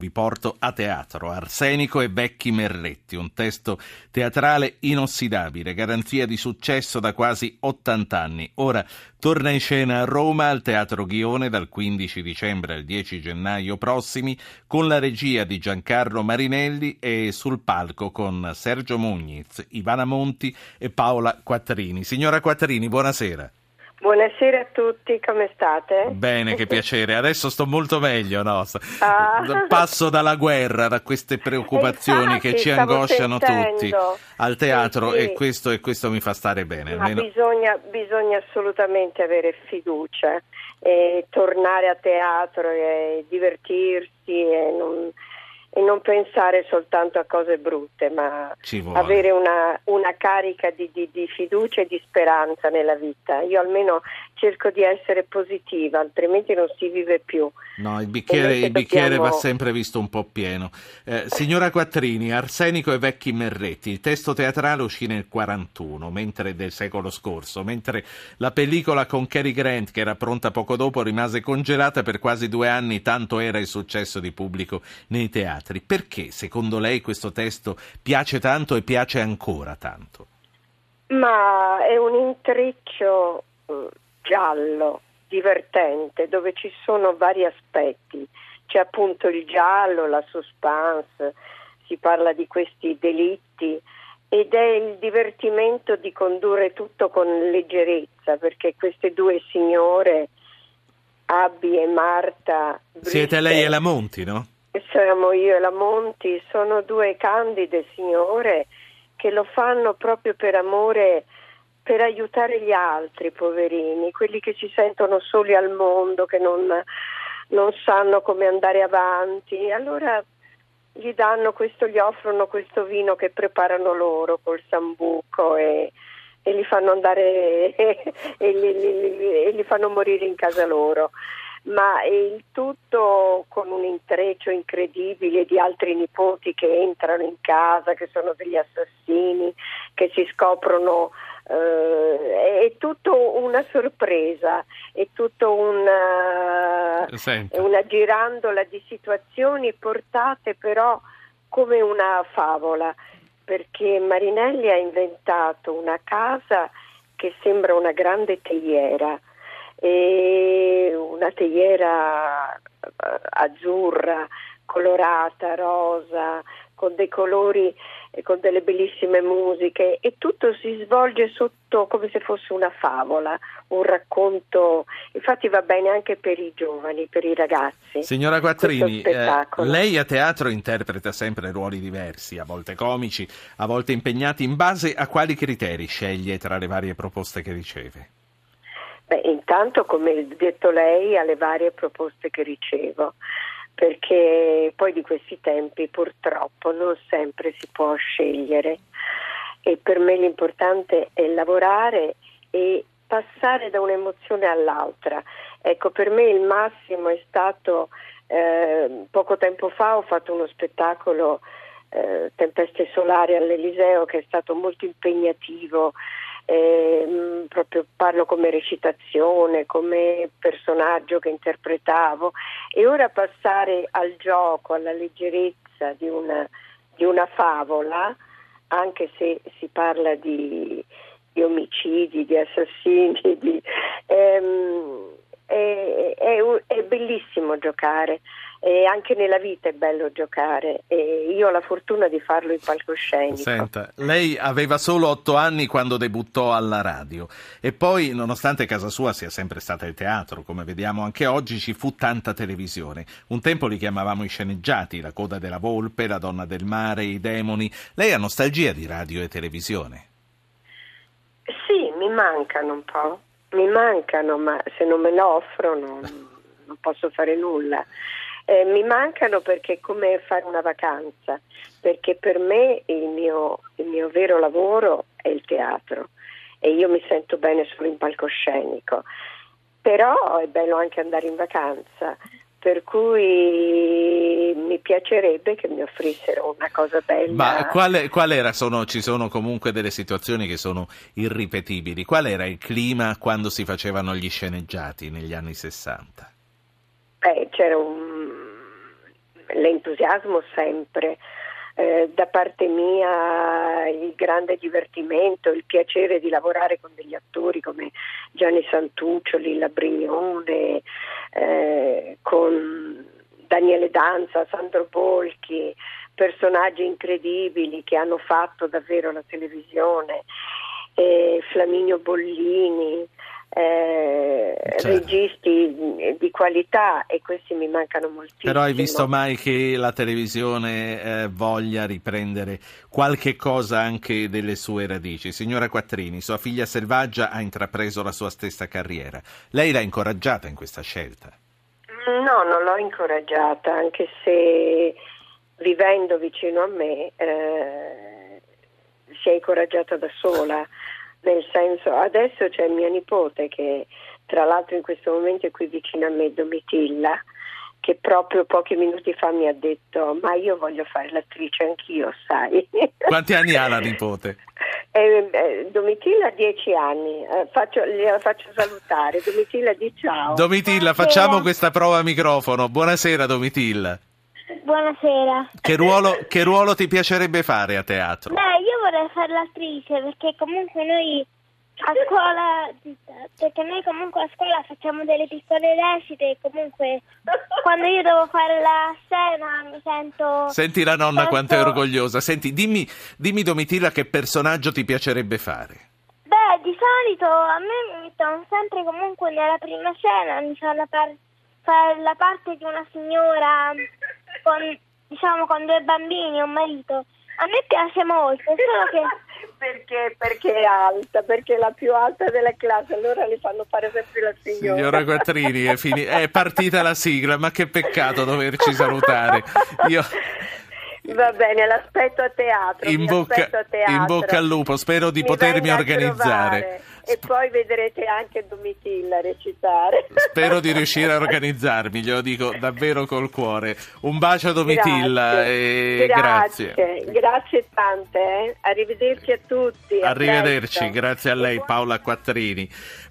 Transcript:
Vi porto a teatro, Arsenico e Vecchi Merletti, un testo teatrale inossidabile, garanzia di successo da quasi 80 anni. Ora torna in scena a Roma al Teatro Ghione dal 15 dicembre al 10 gennaio prossimi con la regia di Giancarlo Marinelli e sul palco con Sergio Muniz, Ivana Monti e Paola Quattrini. Signora Quattrini, buonasera. Buonasera a tutti, come state? Bene, che piacere. Adesso sto molto meglio, no? Passo dalla guerra, da queste preoccupazioni che ci angosciano tutti al teatro, sì. E questo mi fa stare bene. Ma almeno bisogna assolutamente avere fiducia e tornare a teatro e divertirsi e non pensare soltanto a cose brutte, ma avere una carica di fiducia e di speranza nella vita. Io almeno cerco di essere positiva, altrimenti non si vive più. No, il bicchiere va sempre visto un po' pieno. Signora Quattrini, Arsenico e Vecchi Merletti, il testo teatrale uscì nel 41, del secolo scorso, mentre la pellicola con Cary Grant, che era pronta poco dopo, rimase congelata per quasi 2 anni, tanto era il successo di pubblico nei teatri. Perché, secondo lei, questo testo piace tanto e piace ancora tanto? Ma è un intreccio giallo, divertente, dove ci sono vari aspetti. C'è appunto il giallo, la suspense, si parla di questi delitti ed è il divertimento di condurre tutto con leggerezza, perché queste due signore, Abby e Marta Britten, siete lei e la Monti, no? Siamo io e la Monti, sono due candide signore che lo fanno proprio per amore, per aiutare gli altri poverini, quelli che si sentono soli al mondo, che non sanno come andare avanti. Allora gli offrono questo vino che preparano loro col sambuco e li fanno andare e li fanno morire in casa loro. Ma il tutto con un intreccio incredibile di altri nipoti che entrano in casa, che sono degli assassini, che si scoprono, è tutto una sorpresa, è tutto una girandola di situazioni portate però come una favola, perché Marinelli ha inventato una casa che sembra una grande teiera, e una teiera azzurra, colorata, rosa, con dei colori e con delle bellissime musiche, e tutto si svolge sotto come se fosse una favola, un racconto. Infatti va bene anche per i giovani, per i ragazzi. Signora Quattrini, lei a teatro interpreta sempre ruoli diversi, a volte comici, a volte impegnati. In base a quali criteri sceglie tra le varie proposte che riceve? Intanto, come ha detto lei, alle varie proposte che ricevo, perché poi di questi tempi purtroppo non sempre si può scegliere, e per me l'importante è lavorare e passare da un'emozione all'altra. Ecco, per me il massimo è stato, poco tempo fa ho fatto uno spettacolo, Tempeste Solari all'Eliseo, che è stato molto impegnativo. Proprio parlo come recitazione, come personaggio che interpretavo, e ora passare al gioco, alla leggerezza di una favola, anche se si parla di omicidi, di assassini, è bellissimo giocare, e anche nella vita è bello giocare, e io ho la fortuna di farlo in palcoscenico. Senta, lei aveva solo 8 anni quando debuttò alla radio, e poi, nonostante casa sua sia sempre stata il teatro, come vediamo anche oggi, ci fu tanta televisione. Un tempo li chiamavamo i sceneggiati, La coda della volpe, La donna del mare, I demoni. Lei ha nostalgia di radio e televisione? Sì, mi mancano un po'. Mi mancano, ma se non me lo offrono non posso fare nulla. Mi mancano perché è come fare una vacanza, perché per me il mio vero lavoro è il teatro e io mi sento bene solo in palcoscenico, però è bello anche andare in vacanza, per cui mi piacerebbe che mi offrissero una cosa bella. Ma qual era? Ci sono comunque delle situazioni che sono irripetibili. Qual era il clima quando si facevano gli sceneggiati negli anni 60? C'era l'entusiasmo sempre. Da parte mia il grande divertimento, il piacere di lavorare con degli attori come Gianni Santuccio, Lilla Brignone, con Daniele Danza, Sandro Bolchi, personaggi incredibili che hanno fatto davvero la televisione, Flaminio Bollini, registi di qualità, e questi mi mancano moltissimo. Però hai visto mai che la televisione voglia riprendere qualche cosa anche delle sue radici? Signora Quattrini, sua figlia Selvaggia ha intrapreso la sua stessa carriera. Lei l'ha incoraggiata in questa scelta? No, non l'ho incoraggiata, anche se vivendo vicino a me si è incoraggiata da sola. Nel senso, adesso c'è mia nipote che tra l'altro in questo momento è qui vicino a me, Domitilla, che proprio pochi minuti fa mi ha detto: ma io voglio fare l'attrice anch'io, sai. Quanti anni ha la nipote? Domitilla ha 10 anni, gliela faccio salutare. Domitilla, di ciao. Domitilla, facciamo questa prova a microfono. Buonasera Domitilla. Buonasera. Che ruolo ti piacerebbe fare a teatro? Beh, io vorrei fare l'attrice perché comunque noi a scuola facciamo delle piccole recite e comunque quando io devo fare la scena mi sento... Senti la nonna quanto è orgogliosa. Senti, dimmi Domitilla, che personaggio ti piacerebbe fare? Beh, di solito a me mi mettono sempre comunque nella prima scena, mi fanno fare la parte di una signora con 2 bambini e un marito. A me piace molto, solo che... Perché è alta, perché è la più alta della classe, allora le fanno fare sempre la signora. Signora Quattrini, è partita la sigla, ma che peccato doverci salutare. Va bene, l'aspetto a teatro. In bocca al lupo, spero di potermi organizzare. E poi vedrete anche Domitilla recitare. Spero di riuscire a organizzarmi, glielo dico davvero col cuore. Un bacio a Domitilla e grazie. Grazie tante. Arrivederci a tutti. Arrivederci, grazie a lei Paola Quattrini.